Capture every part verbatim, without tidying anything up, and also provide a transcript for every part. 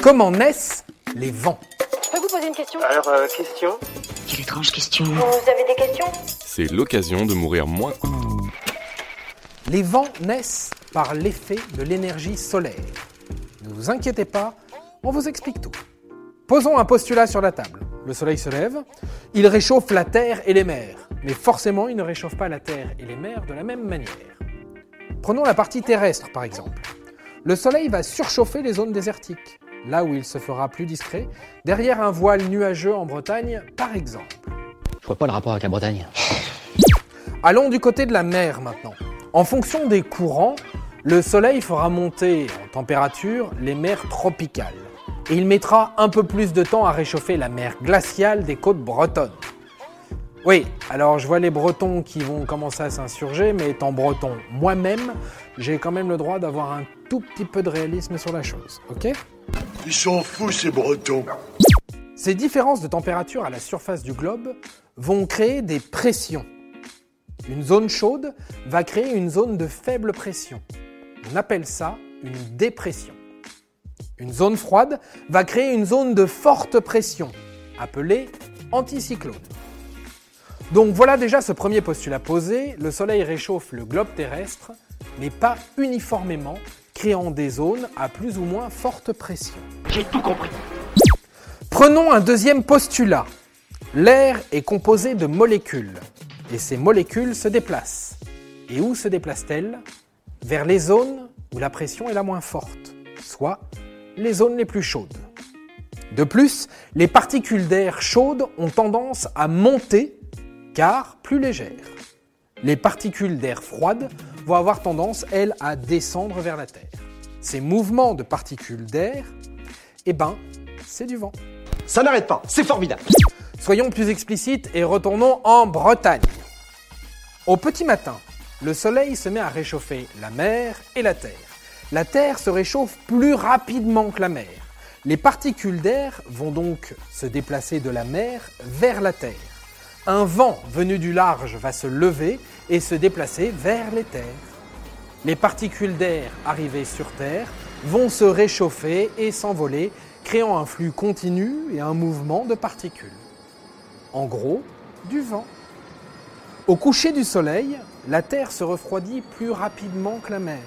Comment naissent les vents ? Je peux vous poser une question ? Alors, euh, question ? Quelle étrange question. Vous avez des questions ? C'est l'occasion de mourir moins. Les vents naissent par l'effet de l'énergie solaire. Ne vous inquiétez pas, on vous explique tout. Posons un postulat sur la table. Le soleil se lève, il réchauffe la terre et les mers. Mais forcément, il ne réchauffe pas la terre et les mers de la même manière. Prenons la partie terrestre, par exemple. Le soleil va surchauffer les zones désertiques, là où il se fera plus discret, derrière un voile nuageux en Bretagne, par exemple. Je vois pas le rapport avec la Bretagne. Allons du côté de la mer maintenant. En fonction des courants, le soleil fera monter en température les mers tropicales. Et il mettra un peu plus de temps à réchauffer la mer glaciale des côtes bretonnes. Oui, alors je vois les Bretons qui vont commencer à s'insurger, mais étant breton moi-même, j'ai quand même le droit d'avoir un tout petit peu de réalisme sur la chose, ok ? Ils s'en foutent ces Bretons. Ces différences de température à la surface du globe vont créer des pressions. Une zone chaude va créer une zone de faible pression. On appelle ça une dépression. Une zone froide va créer une zone de forte pression, appelée anticyclone. Donc voilà déjà ce premier postulat posé, le soleil réchauffe le globe terrestre, mais pas uniformément, créant des zones à plus ou moins forte pression. J'ai tout compris. Prenons un deuxième postulat. L'air est composé de molécules, et ces molécules se déplacent. Et où se déplacent-elles ? Vers les zones où la pression est la moins forte, soit les zones les plus chaudes. De plus, les particules d'air chaudes ont tendance à monter, car plus légères. Les particules d'air froides vont avoir tendance, elles, à descendre vers la Terre. Ces mouvements de particules d'air, eh ben, c'est du vent. Ça n'arrête pas, c'est formidable. Soyons plus explicites et retournons en Bretagne. Au petit matin, le soleil se met à réchauffer la mer et la terre. La terre se réchauffe plus rapidement que la mer. Les particules d'air vont donc se déplacer de la mer vers la terre. Un vent venu du large va se lever et se déplacer vers les terres. Les particules d'air arrivées sur Terre vont se réchauffer et s'envoler, créant un flux continu et un mouvement de particules. En gros, du vent. Au coucher du soleil, la Terre se refroidit plus rapidement que la mer.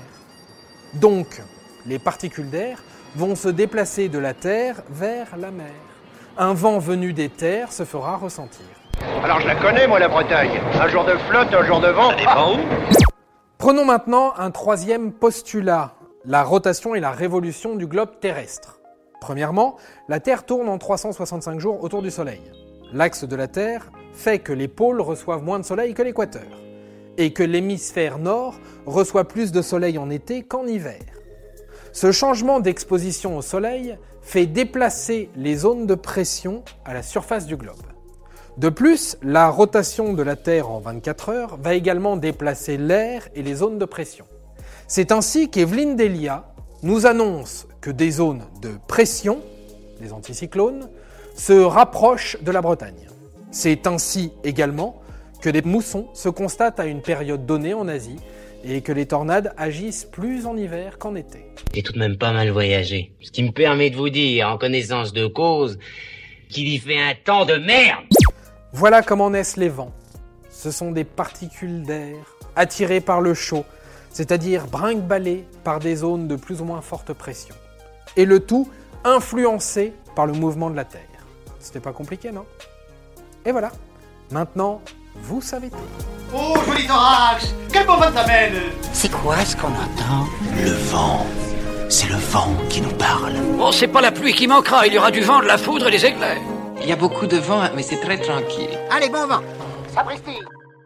Donc, les particules d'air vont se déplacer de la Terre vers la mer. Un vent venu des terres se fera ressentir. Alors je la connais, moi, la Bretagne. Un jour de flotte, un jour de vent. Ça dépend où. Prenons maintenant un troisième postulat, la rotation et la révolution du globe terrestre. Premièrement, la Terre tourne en trois cent soixante-cinq jours autour du Soleil. L'axe de la Terre fait que les pôles reçoivent moins de soleil que l'équateur, et que l'hémisphère nord reçoit plus de soleil en été qu'en hiver. Ce changement d'exposition au soleil fait déplacer les zones de pression à la surface du globe. De plus, la rotation de la Terre en vingt-quatre heures va également déplacer l'air et les zones de pression. C'est ainsi qu'Evelyne Delia nous annonce que des zones de pression, les anticyclones, se rapprochent de la Bretagne. C'est ainsi également que des moussons se constatent à une période donnée en Asie et que les tornades agissent plus en hiver qu'en été. J'ai tout de même pas mal voyagé. Ce qui me permet de vous dire, en connaissance de cause, qu'il y fait un temps de merde. Voilà comment naissent les vents. Ce sont des particules d'air attirées par le chaud, c'est-à-dire brinque-ballées par des zones de plus ou moins forte pression. Et le tout influencé par le mouvement de la Terre. C'était pas compliqué, non ? Et voilà, maintenant, vous savez tout. Oh, joli thorax! Quel beau vent t'amène! C'est quoi ce qu'on entend? Le vent. C'est le vent qui nous parle. Oh, c'est pas la pluie qui manquera, il y aura du vent, de la foudre et des éclairs. Il y a beaucoup de vent, mais c'est très tranquille. Allez, bon vent! Sapristi!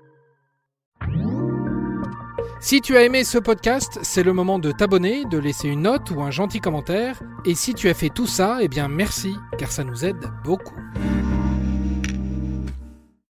Si tu as aimé ce podcast, c'est le moment de t'abonner, de laisser une note ou un gentil commentaire. Et si tu as fait tout ça, eh bien merci, car ça nous aide beaucoup.